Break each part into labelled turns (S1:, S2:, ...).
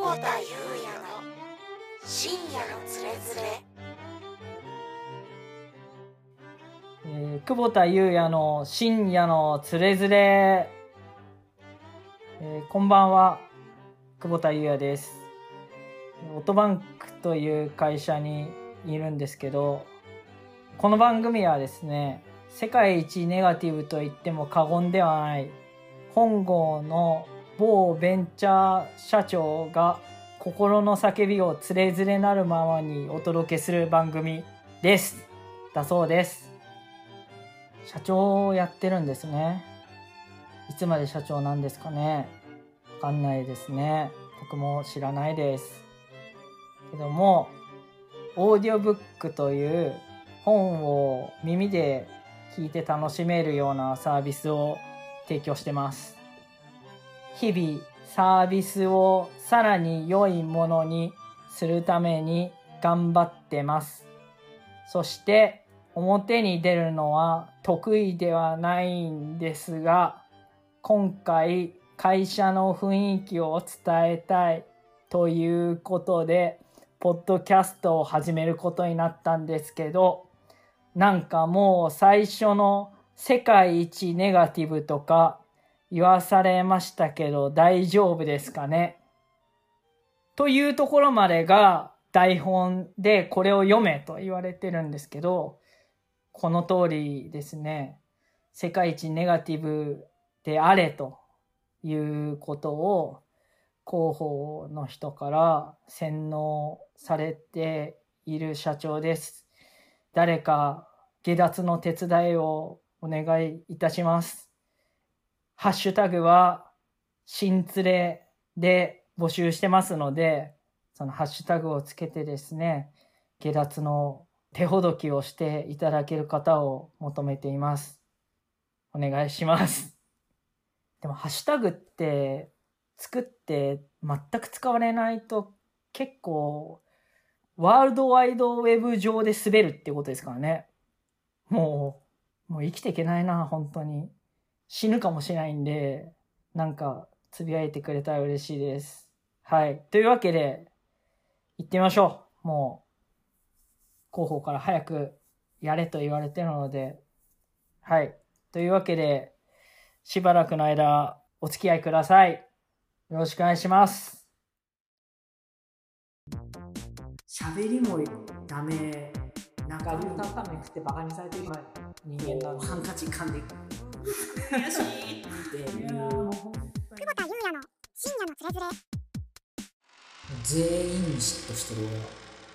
S1: 保田裕也の深夜のつれづれ。
S2: 久保田裕也の深夜のつれづれ。こんばんは、久保田裕也です。オトバンクという会社にいるんですけど、この番組はですね、世界一ネガティブと言っても過言ではない本郷の某ベンチャー社長が心の叫びをつれづれなるままにお届けする番組です。だそうです。社長をやってるんですね。いつまで社長なんですかね。わかんないですね。僕も知らないです。けども、オーディオブックという本を耳で聞いて楽しめるようなサービスを提供してます。日々サービスをさらに良いものにするために頑張ってます。そして表に出るのは得意ではないんですが、今回会社の雰囲気を伝えたいということでポッドキャストを始めることになったんですけど、なんかもう最初の世界一ネガティブとか言わされましたけど大丈夫ですかねというところまでが台本でこれを読めと言われてるんですけど、この通りですね、世界一ネガティブであれということを広報の人から洗脳されている社長です。誰か下脱の手伝いをお願いいたします。ハッシュタグは新連れで募集してますので、そのハッシュタグをつけてですね、下脱の手ほどきをしていただける方を求めています。お願いします。でもハッシュタグって作って全く使われないと結構ワールドワイドウェブ上で滑るっていうことですからね。もう生きていけないな、本当に。死ぬかもしれないんで、なんかつぶやいてくれたら嬉しいです。はい。というわけで、行ってみましょう。もう、広報から早くやれと言われてるので、はい。というわけで、しばらくの間、お付き合いください。よろしくお願いします。喋りもダメ。なんか歌うため食ってバカにされてる人間なんで、ハンカチ噛んでいく。悔しいっていう。久保田裕也の深夜のつれづれ。全員に嫉妬してる俺は。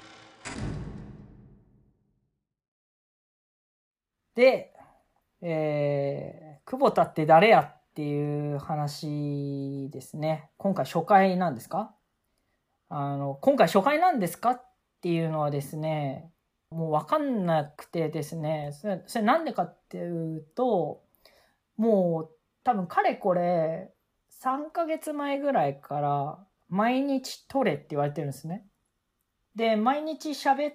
S2: で、久保田って誰やっていう話ですね。今回初回なんですか？今回初回なんですかっていうのはですね、もう分かんなくてですね、それなんでかっていうと、もう多分かれこれ3ヶ月前ぐらいから毎日撮れって言われてるんですね。で、毎日喋って、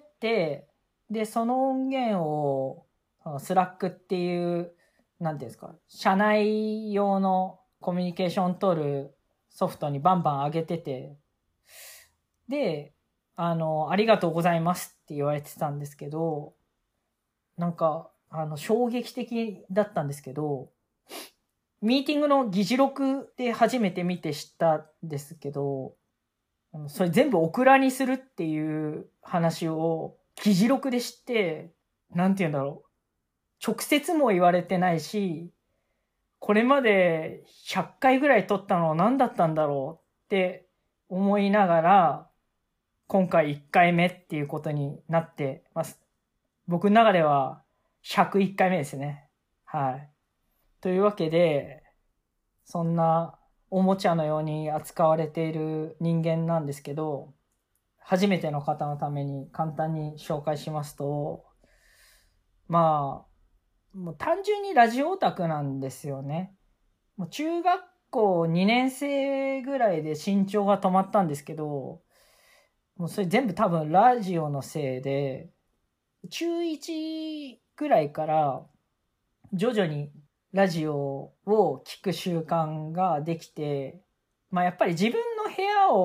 S2: で、その音源をスラックっていう、なんていうんですか、社内用のコミュニケーション取るソフトにバンバン上げてて、で、ありがとうございますって言われてたんですけど、なんか、衝撃的だったんですけど、ミーティングの議事録で初めて見て知ったんですけど、それ全部オクラにするっていう話を議事録で知って、なんて言うんだろう。直接も言われてないし、これまで100回ぐらい撮ったのは何だったんだろうって思いながら、今回1回目っていうことになってます。僕の中では101回目ですね。はい。というわけで、そんなおもちゃのように扱われている人間なんですけど、初めての方のために簡単に紹介しますと、まあ、もう単純にラジオオタクなんですよね。もう中学校2年生ぐらいで身長が止まったんですけど、もうそれ全部多分ラジオのせいで、中1ぐらいから徐々にラジオを聞く習慣ができて、まあやっぱり自分の部屋を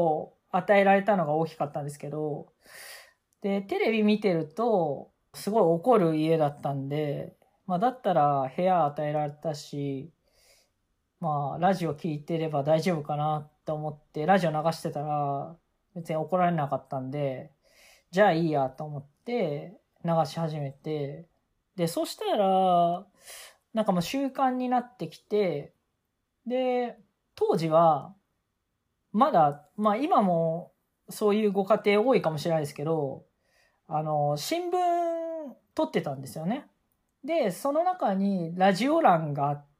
S2: 与えられたのが大きかったんですけど、で、テレビ見てると、すごい怒る家だったんで、だったら部屋与えられたし、ラジオ聞いてれば大丈夫かなと思って、ラジオ流してたら、別に怒られなかったんで、じゃあいいやと思って流し始めて、で、そしたら、なんかもう習慣になってきて、で、当時は、まだ、今もそういうご家庭多いかもしれないですけど、新聞撮ってたんですよね。で、その中にラジオ欄があって、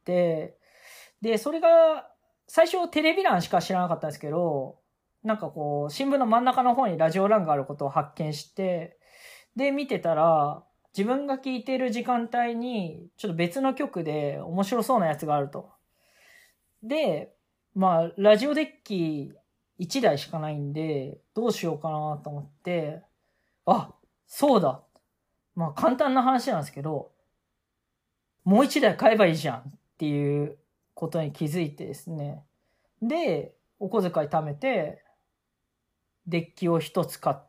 S2: で、それが、最初テレビ欄しか知らなかったんですけど、なんかこう、新聞の真ん中の方にラジオ欄があることを発見して、で、見てたら、自分が聞いている時間帯に、ちょっと別の局で面白そうなやつがあると。で、ラジオデッキ1台しかないんで、どうしようかなと思って、あ、そうだ。簡単な話なんですけど、もう1台買えばいいじゃんっていうことに気づいてですね。で、お小遣い貯めて、デッキを1つ買って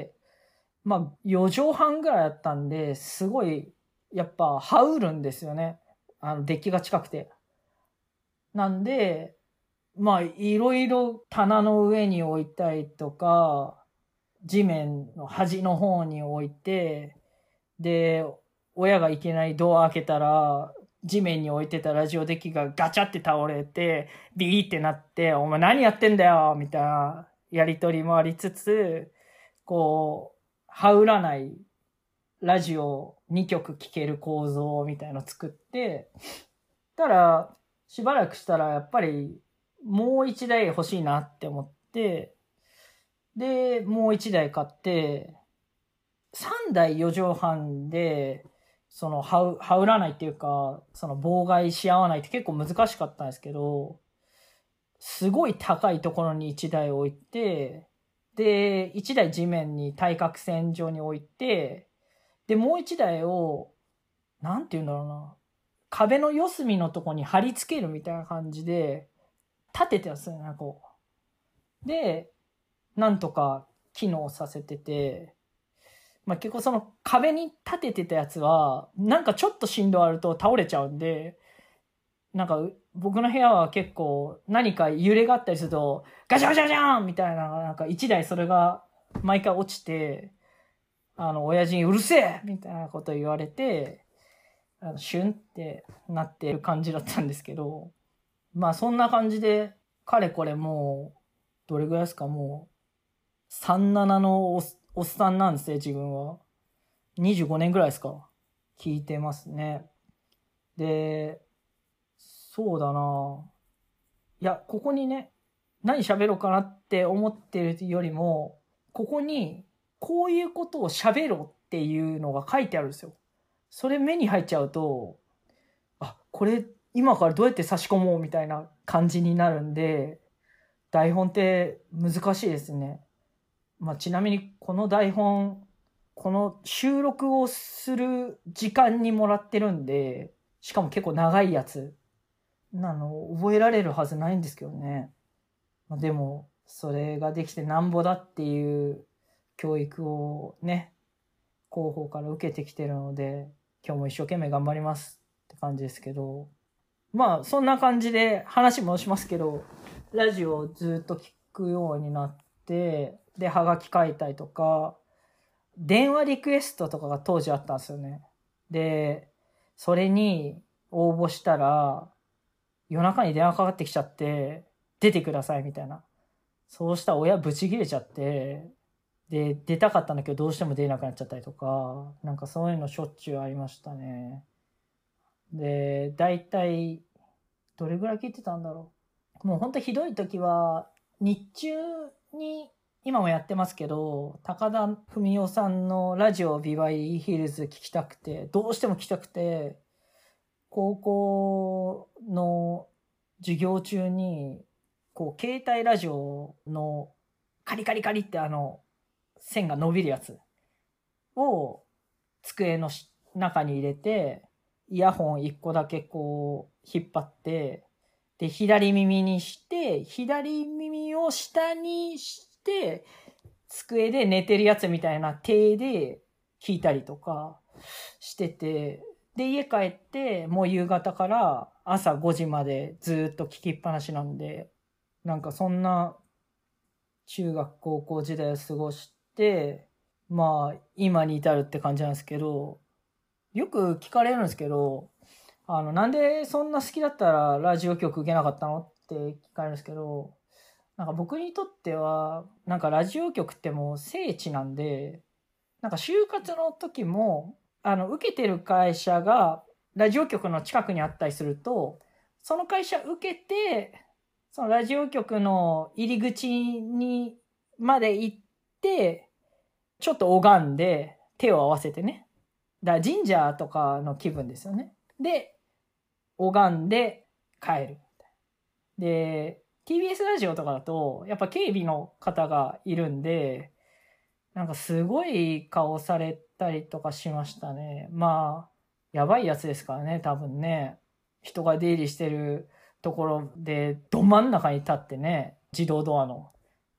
S2: 、4畳半ぐらいあったんで、すごい、やっぱ、羽織るんですよね。デッキが近くて。なんで、いろいろ棚の上に置いたりとか、地面の端の方に置いて、で、親がいきなりドア開けたら、地面に置いてたラジオデッキがガチャって倒れて、ビーってなって、お前何やってんだよみたいなやりとりもありつつ、こう、羽織らないラジオ2曲聴ける構造みたいの作って、たら、しばらくしたらやっぱりもう1台欲しいなって思って、で、もう1台買って、3台4畳半で、その羽織らないっていうか、その妨害し合わないって結構難しかったんですけど、すごい高いところに1台置いて、で、1台地面に対角線上に置いて、で、もう1台を、なんて言うんだろうな、壁の四隅のとこに貼り付けるみたいな感じで、立ててたんですよね、こう。で、なんとか機能させてて、結構その壁に立ててたやつは、なんかちょっと振動あると倒れちゃうんで、なんか僕の部屋は結構何か揺れがあったりすると、ガチャガチャガチャンみたいな、なんか一台それが毎回落ちて、親父にうるせえみたいなこと言われて、シュンってなってる感じだったんですけど、そんな感じで、かれこれもう、どれぐらいですか、もう、37のおっさんなんですね、自分は。25年ぐらいですか。聞いてますね。で、そうだな。いや、ここにね、何喋ろうかなって思ってるよりも、ここに、こういうことを喋ろうっていうのが書いてあるんですよ。それ目に入っちゃうと、これ今からどうやって差し込もうみたいな感じになるんで、台本って難しいですね。ちなみにこの台本、この収録をする時間にもらってるんで、しかも結構長いやつ。覚えられるはずないんですけどね。でも、それができてなんぼだっていう教育をね、広報から受けてきてるので、今日も一生懸命頑張りますって感じですけど、そんな感じで話戻しますけど、ラジオをずっと聞くようになって、で、はがき書いたりとか、電話リクエストとかが当時あったんですよね。で、それに応募したら、夜中に電話かかってきちゃって、出てくださいみたいな。そうしたら親ブチ切れちゃって、で、出たかったんだけどどうしても出れなくなっちゃったりとか、なんかそういうのしょっちゅうありましたね。で、だいたい、どれぐらい聞いてたんだろう。もうほんとひどい時は、日中に、今もやってますけど、高田文夫さんのラジオビバリーヒルズ聞きたくて、どうしても聞きたくて、高校の授業中に、こう、携帯ラジオのカリカリカリって線が伸びるやつを机の中に入れて、イヤホン1個だけこう引っ張ってで左耳にして左耳を下にしして机で寝てるやつみたいな体で聞いたりとかしてて、で家帰ってもう夕方から朝5時までずっと聞きっぱなしなんで、なんかそんな中学高校時代を過ごして、まあ今に至るって感じなんですけど、よく聞かれるんですけど、なんでそんな好きだったらラジオ局受けなかったのって聞かれるんですけど、なんか僕にとってはなんかラジオ局ってもう聖地なんで、なんか就活の時も受けてる会社がラジオ局の近くにあったりすると、その会社受けてそのラジオ局の入り口にまで行ってちょっと拝んで手を合わせてね、だから神社とかの気分ですよね。で拝んで帰る。で TBS ラジオとかだとやっぱ警備の方がいるんで、なんかすごい顔されたりとかしましたね。まあやばいやつですからね、多分ね。人が出入りしてるところでど真ん中に立ってね、自動ドアの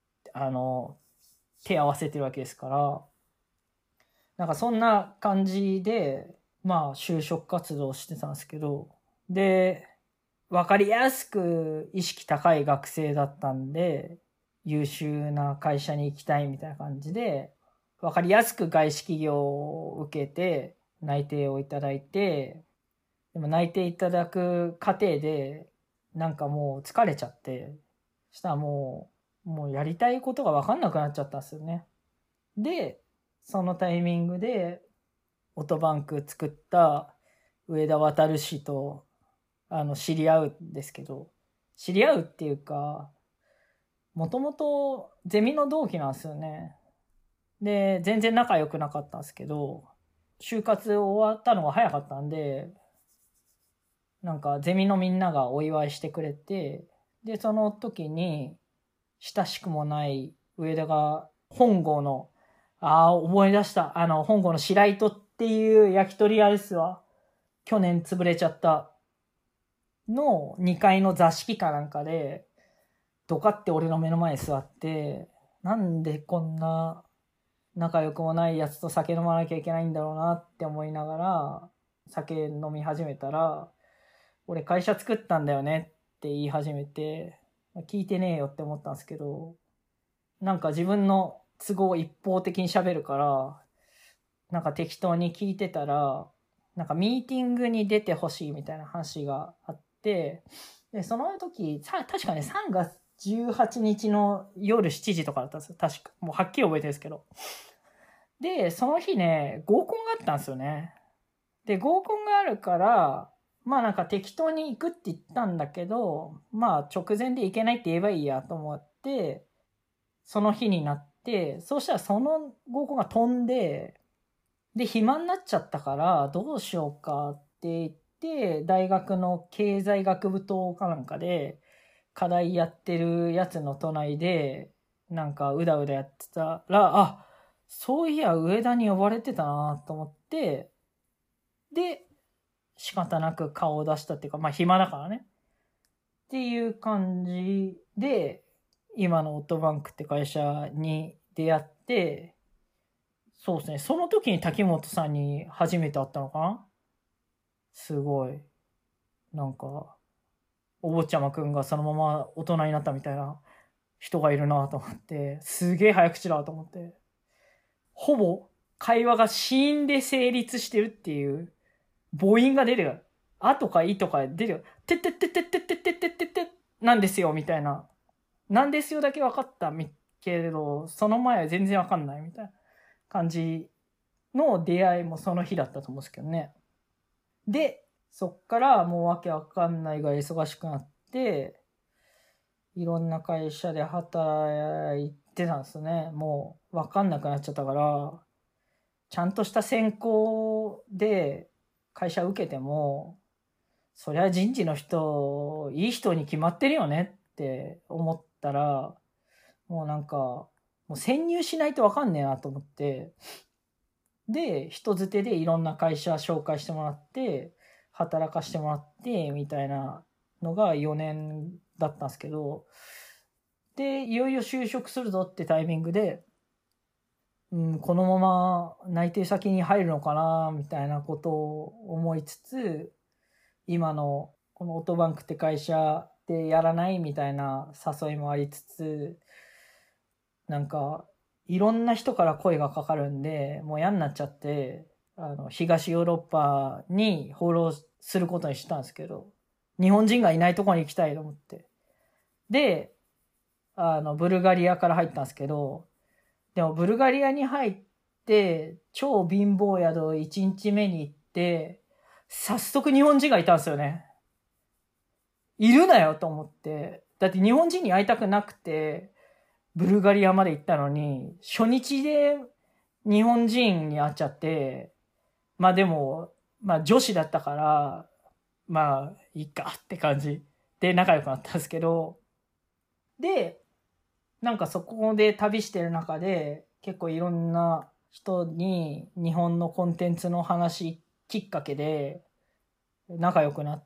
S2: 手合わせてるわけですから、なんかそんな感じでまあ就職活動してたんですけど、で分かりやすく意識高い学生だったんで、優秀な会社に行きたいみたいな感じで、分かりやすく外資企業を受けて内定をいただいて、でも内定いただく過程でなんかもう疲れちゃって、したらもうやりたいことが分かんなくなっちゃったんですよね。でそのタイミングでオトバンク作った上田渉氏と知り合うんですけど、知り合うっていうかもともとゼミの同期なんですよね。で全然仲良くなかったんですけど、就活終わったのが早かったんで、なんかゼミのみんながお祝いしてくれて、でその時に親しくもない上田が本郷の思い出した、本郷の白糸っていう焼き鳥屋ですわ。去年潰れちゃったの2階の座敷かなんかでドカって俺の目の前に座って、なんでこんな仲良くもないやつと酒飲まなきゃいけないんだろうなって思いながら酒飲み始めたら、俺会社作ったんだよねって言い始めて、聞いてねえよって思ったんですけど、なんか自分の都合一方的に喋るから、なんか適当に聞いてたら、なんかミーティングに出てほしいみたいな話があって、でその時確かね3月18日の夜7時とかだったんですよ。確かもうはっきり覚えてるんですけど、でその日ね合コンがあったんですよね。で合コンがあるからまあなんか適当に行くって言ったんだけど、まあ直前で行けないって言えばいいやと思ってその日になって、そうしたらその合コンが飛んで、で暇になっちゃったからどうしようかって言って大学の経済学部棟かなんかで課題やってるやつの隣でなんかうだうだやってたら、そういや上田に呼ばれてたなと思って、で仕方なく顔を出したっていうか、まあ暇だからねっていう感じで今のオットバンクって会社に出会って、そうですね、その時に滝本さんに初めて会ったのかな。すごいなんかお坊ちゃまくんがそのまま大人になったみたいな人がいるなと思って、すげえ早口だと思って、ほぼ会話が子音で成立してるっていう母音が出てる、あとかいとか出てる、てってってってってってってってってってなんですよみたいな、なんですよだけ分かったけれどその前は全然分かんないみたいな感じの出会いもその日だったと思うんですけどね。でそっからもうわけわかんないが忙しくなって、いろんな会社で働いてたんですね。もうわかんなくなっちゃったから、ちゃんとした選考で会社受けてもそりゃ人事の人いい人に決まってるよねって思ったら、もうなんかもう潜入しないとわかんねえなと思って、で人づてでいろんな会社紹介してもらって働かしてもらってみたいなのが4年だったんですけど、 でいよいよ就職するぞってタイミングで、このまま内定先に入るのかなみたいなことを思いつつ、今のこのオートバンクって会社でやらないみたいな誘いもありつつ、なんかいろんな人から声がかかるんでもう嫌になっちゃって、東ヨーロッパに放浪することにしたんですけど、日本人がいないところに行きたいと思って、でブルガリアから入ったんですけど、でもブルガリアに入って超貧乏宿1日目に行って早速日本人がいたんですよね。いるなよと思って、だって日本人に会いたくなくてブルガリアまで行ったのに初日で日本人に会っちゃって、まあでも女子だったからまあいいかって感じで仲良くなったんですけど、でなんかそこで旅してる中で結構いろんな人に日本のコンテンツの話きっかけで仲良くなって、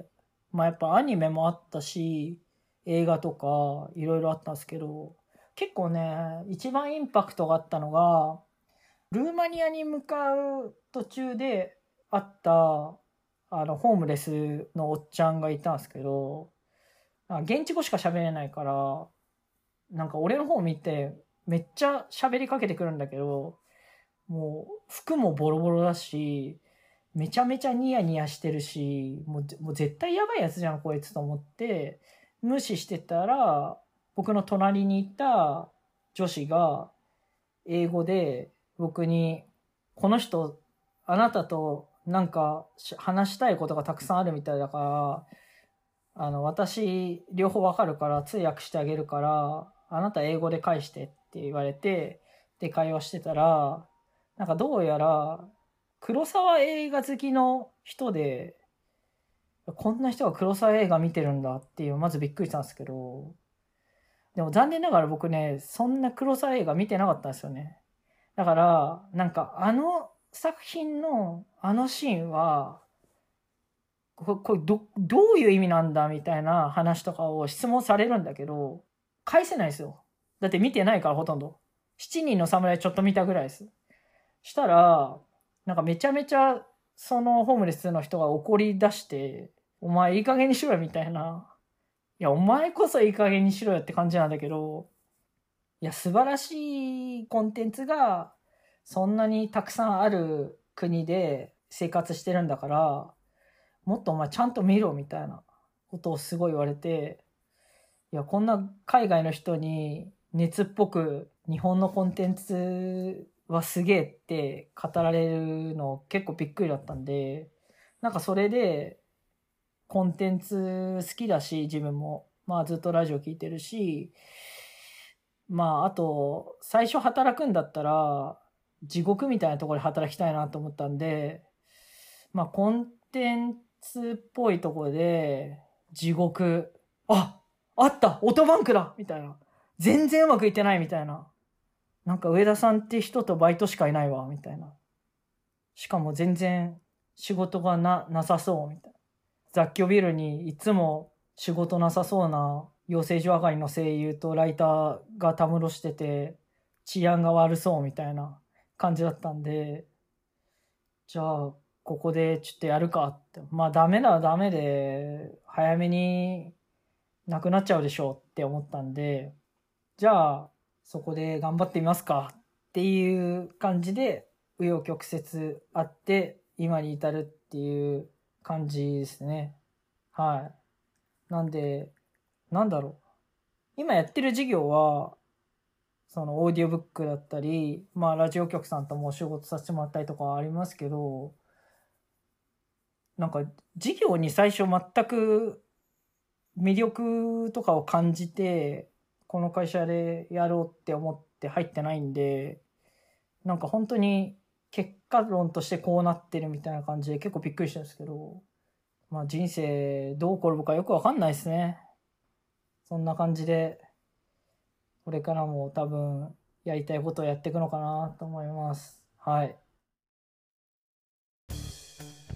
S2: やっぱアニメもあったし映画とかいろいろあったんですけど、結構ね一番インパクトがあったのがルーマニアに向かう途中で会ったホームレスのおっちゃんがいたんですけど、現地語しか喋れないからなんか俺の方見てめっちゃ喋りかけてくるんだけど、もう服もボロボロだしめちゃめちゃニヤニヤしてるし、もう絶対やばいやつじゃんこいつと思って無視してたら、僕の隣にいた女子が英語で僕に、この人あなたとなんか話したいことがたくさんあるみたいだから私両方わかるから通訳してあげるからあなた英語で返してって言われて、で会話してたら、なんかどうやら黒沢映画好きの人で、こんな人が黒沢映画見てるんだっていうまずびっくりしたんですけど、でも残念ながら僕ねそんな黒沢映画見てなかったんですよね。だからなんか作品のシーンはこれどういう意味なんだみたいな話とかを質問されるんだけど返せないですよ。だって見てないからほとんど。七人の侍ちょっと見たぐらいです。したらなんかめちゃめちゃそのホームレスの人が怒り出して、お前いい加減にしろよみたいな。いやお前こそいい加減にしろよって感じなんだけど、いや素晴らしいコンテンツがそんなにたくさんある国で生活してるんだから、もっとお前ちゃんと見ろみたいなことをすごい言われて、いやこんな海外の人に熱っぽく日本のコンテンツはすげえって語られるの結構びっくりだったんで、なんかそれでコンテンツ好きだし自分もずっとラジオ聞いてるし、あと最初働くんだったら地獄みたいなところで働きたいなと思ったんで、コンテンツっぽいところで地獄、あったオートバンクだみたいな、全然うまくいってないみたいな、なんか上田さんって人とバイトしかいないわみたいな、しかも全然仕事がなさそうみたいな、雑居ビルにいつも仕事なさそうな養成所上がりの声優とライターがたむろしてて治安が悪そうみたいな感じだったんで、じゃあここでちょっとやるかって、ダメならダメで早めになくなっちゃうでしょうって思ったんで、じゃあそこで頑張ってみますかっていう感じで紆余曲折あって今に至るっていう感じですね。はい。なんでなんだろう、今やってる事業はそのオーディオブックだったり、ラジオ局さんともお仕事させてもらったりとかはありますけど、なんか事業に最初全く魅力とかを感じてこの会社でやろうって思って入ってないんで、なんか本当に結果論としてこうなってるみたいな感じで結構びっくりしたんですけど、人生どう転ぶかよくわかんないですね。そんな感じでこれからも多分やりたいことをやっていくのかなと思います。はい。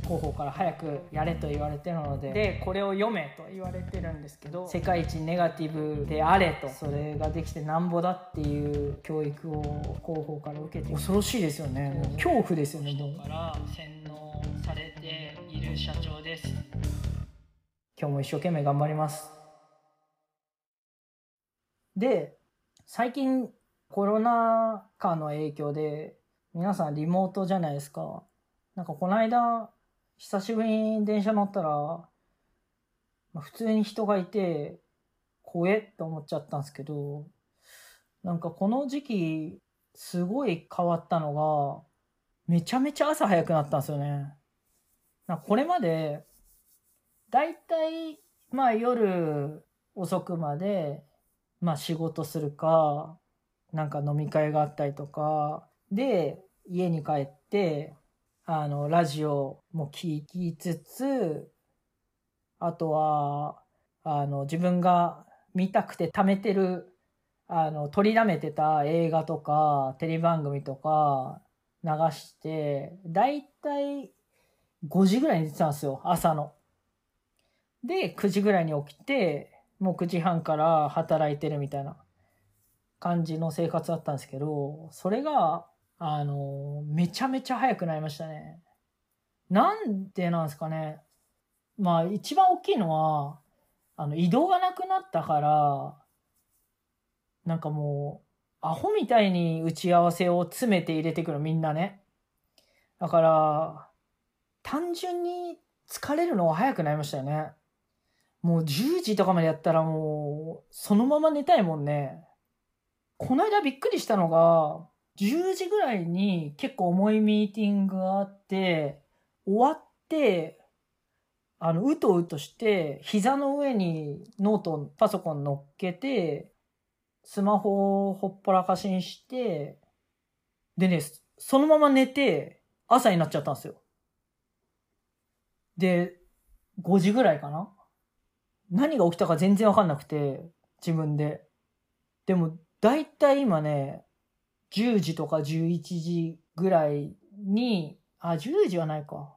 S2: 広報から早くやれと言われてるので、これを読めと言われてるんですけど、世界一ネガティブであれと、それができてなんぼだっていう教育を広報から受けて、恐ろしいですよね。もう恐怖ですよね。人から洗脳されている社長です。今日も一生懸命頑張ります。で、最近コロナ禍の影響で皆さんリモートじゃないですか。なんかこの間久しぶりに電車乗ったら、普通に人がいて怖えって思っちゃったんですけど、なんかこの時期すごい変わったのが、めちゃめちゃ朝早くなったんですよね。なんかこれまでだいたい夜遅くまで仕事するか、なんか飲み会があったりとかで家に帰ってラジオも聞きつつ、あとは自分が見たくて貯めてる取りだめてた映画とかテレビ番組とか流して、だいたい5時ぐらいに寝てたんですよ、朝の。で9時ぐらいに起きて、もう9時半から働いてるみたいな感じの生活だったんですけど、それがめちゃめちゃ早くなりましたね。なんでなんですかね。一番大きいのは移動がなくなったから、なんかもうアホみたいに打ち合わせを詰めて入れてくる、みんなね。だから単純に疲れるのが早くなりましたよね。もう10時とかまでやったらもうそのまま寝たいもんね。この間びっくりしたのが、10時ぐらいに結構重いミーティングがあって、終わって、うとうとして、膝の上にノート、パソコン乗っけて、スマホをほっぽらかしにして、でね、そのまま寝て、朝になっちゃったんですよ。で、5時ぐらいかな？何が起きたか全然わかんなくて、自分で。でも、だいたい今ね、10時とか11時ぐらいに、10時はないか。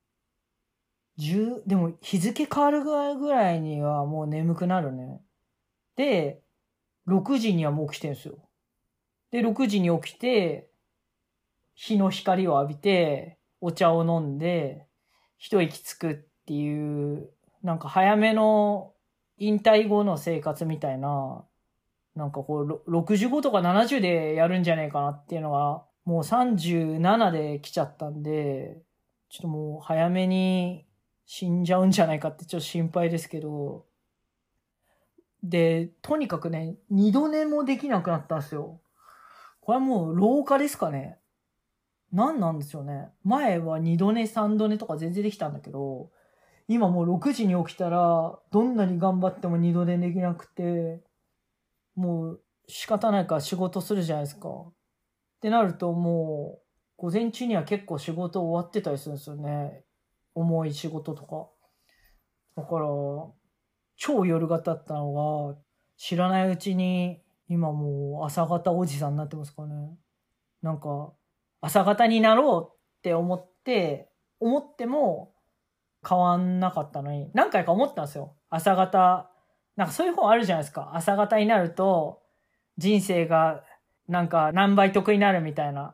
S2: でも日付変わるぐらいにはもう眠くなるね。で、6時にはもう起きてんすよ。で、6時に起きて、日の光を浴びて、お茶を飲んで、一息つくっていう、なんか早めの引退後の生活みたいな、なんかこう、65とか70でやるんじゃねえかなっていうのが、もう37で来ちゃったんで、ちょっともう早めに死んじゃうんじゃないかってちょっと心配ですけど、で、とにかくね、二度寝もできなくなったんですよ。これはもう老化ですかね。何なんでしょうね。前は二度寝三度寝とか全然できたんだけど、今もう6時に起きたら、どんなに頑張っても二度寝できなくて、もう仕方ないから仕事するじゃないですか。ってなるともう、午前中には結構仕事終わってたりするんですよね。重い仕事とか。だから、超夜型だったのが、知らないうちに、今もう朝型おじさんになってますかね。なんか、朝型になろうって思っても変わんなかったのに、何回か思ったんですよ。朝型、なんかそういう本あるじゃないですか。朝型になると、人生がなんか何倍得になるみたいな。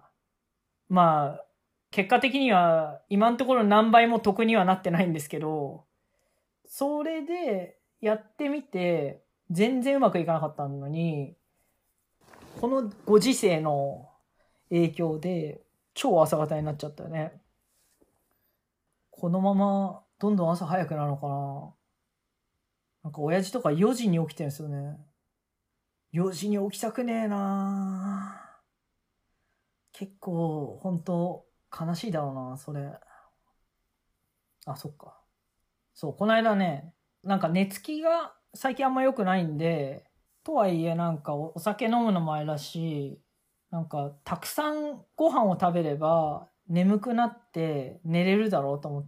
S2: 結果的には今のところ何倍も得にはなってないんですけど、それでやってみて全然うまくいかなかったのに、このご時世の影響で超朝方になっちゃったよね。このままどんどん朝早くなるのかな。なんか親父とか4時に起きてるんですよね。4時に起きたくねえな。結構本当悲しいだろうな、それ。そっか。そう、この間ね、なんか寝つきが最近あんま良くないんで、とはいえなんかお酒飲むのもあれだし、なんかたくさんご飯を食べれば眠くなって寝れるだろうと思って、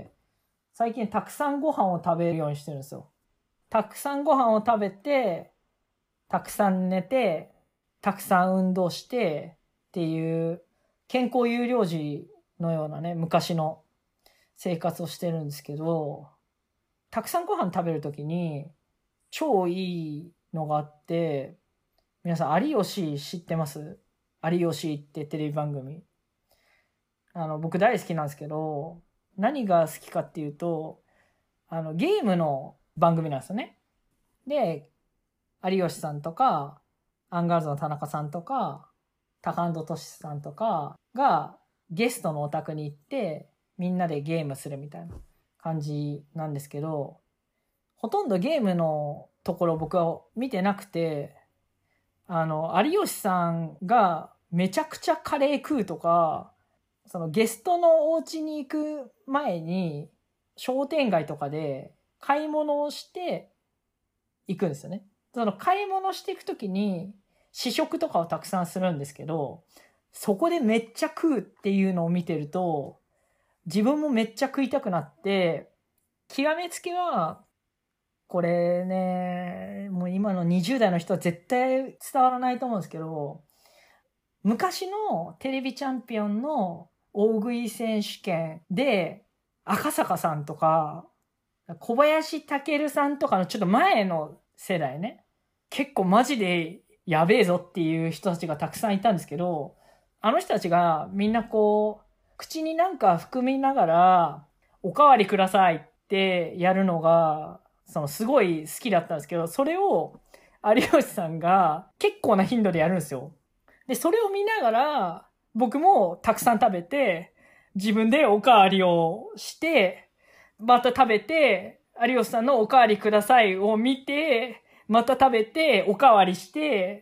S2: 最近たくさんご飯を食べるようにしてるんですよ。たくさんご飯を食べて、たくさん寝て、たくさん運動してっていう健康有料児のようなね、昔の生活をしてるんですけど、たくさんご飯食べるときに超いいのがあって、皆さん有吉知ってます？有吉ってテレビ番組。僕大好きなんですけど、何が好きかっていうと、ゲームの番組なんですよね。で、有吉さんとか、アンガールズの田中さんとか、タカアンドトシさんとかがゲストのお宅に行って、みんなでゲームするみたいな感じなんですけど、ほとんどゲームのところ僕は見てなくて、有吉さんがめちゃくちゃカレー食うとか、そのゲストのお家に行く前に商店街とかで買い物をして行くんですよね。その買い物していくときに試食とかをたくさんするんですけど、そこでめっちゃ食うっていうのを見てると、自分もめっちゃ食いたくなって、極めつけは、これね、もう今の20代の人は絶対伝わらないと思うんですけど、昔のテレビチャンピオンの大食い選手権で、赤坂さんとか、小林武さんとかのちょっと前の世代ね、結構マジでやべえぞっていう人たちがたくさんいたんですけど、あの人たちがみんなこう、口になんか含みながら、おかわりくださいってやるのが、すごい好きだったんですけど、それを有吉さんが結構な頻度でやるんですよ。で、それを見ながら、僕もたくさん食べて、自分でおかわりをして、また食べて、有吉さんのおかわりくださいを見て、また食べて、おかわりして、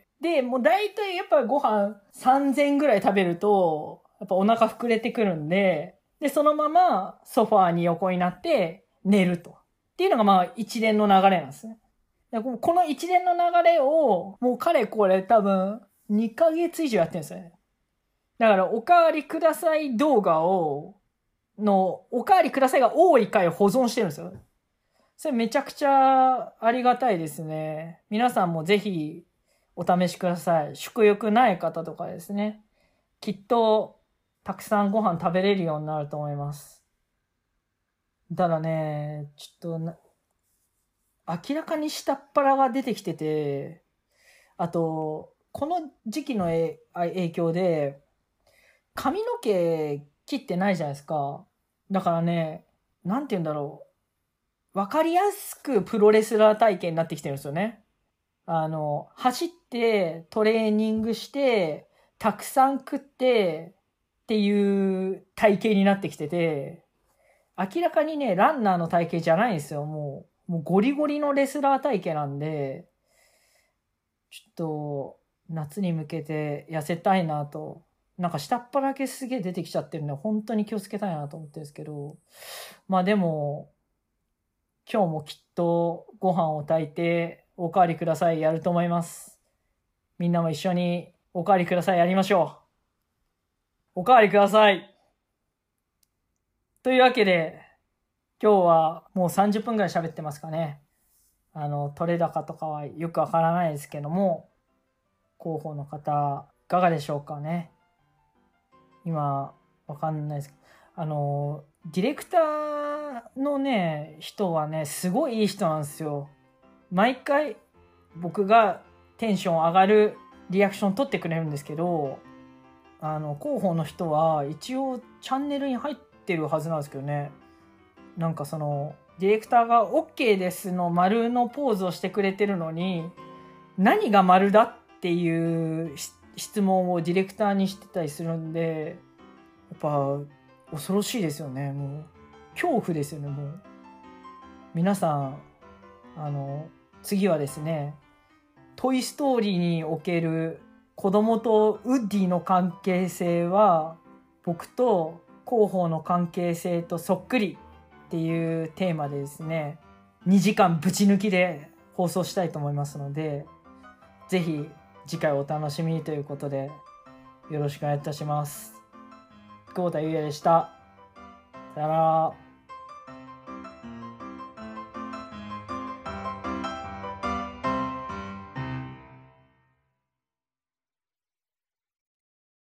S2: で、もう大体やっぱご飯3000ぐらい食べると、やっぱお腹膨れてくるんで、で、そのままソファーに横になって寝ると。っていうのがまあ一連の流れなんですね。この一連の流れを、もうかれこれ多分2ヶ月以上やってるんですよね。だからおかわりください動画を、おかわりくださいが多い回を保存してるんですよ。それめちゃくちゃありがたいですね。皆さんもぜひお試しください。食欲ない方とかですね。きっとたくさんご飯食べれるようになると思います。ただね、ちょっと明らかに下っ腹が出てきてて、あと、この時期の影響で、髪の毛切ってないじゃないですか。だからね、なんて言うんだろう。わかりやすくプロレスラー体型になってきてるんですよね。走ってトレーニングして、たくさん食ってっていう体型になってきてて、明らかにね、ランナーの体型じゃないんですよ。もうゴリゴリのレスラー体型なんで、ちょっと夏に向けて痩せたいなと。なんか下っ腹毛すげえ出てきちゃってるんで、本当に気をつけたいなと思ってるんですけど、まあでも、今日もきっとご飯を炊いておかわりくださいやると思います。みんなも一緒におかわりくださいやりましょう。おかわりください。というわけで、今日はもう30分ぐらい喋ってますかね。取れ高とかはよくわからないですけども、広報の方、いかがでしょうかね。今、わかんないですけど、ディレクターのね、人はね、すごいいい人なんですよ。毎回、僕がテンション上がるリアクション取ってくれるんですけど、広報の人は一応チャンネルに入ってるはずなんですけどね。なんかディレクターが OK ですの丸のポーズをしてくれてるのに、何が丸だっていう質問をディレクターにしてたりするんで、やっぱ恐ろしいですよね。もう恐怖ですよね。もう皆さん次はですね、トイストーリーにおける子供とウッディの関係性は僕と広報の関係性とそっくりっていうテーマでですね、2時間ぶち抜きで放送したいと思いますので、ぜひ次回お楽しみにということでよろしくお願いいたします。久保田裕也でした。さよなら。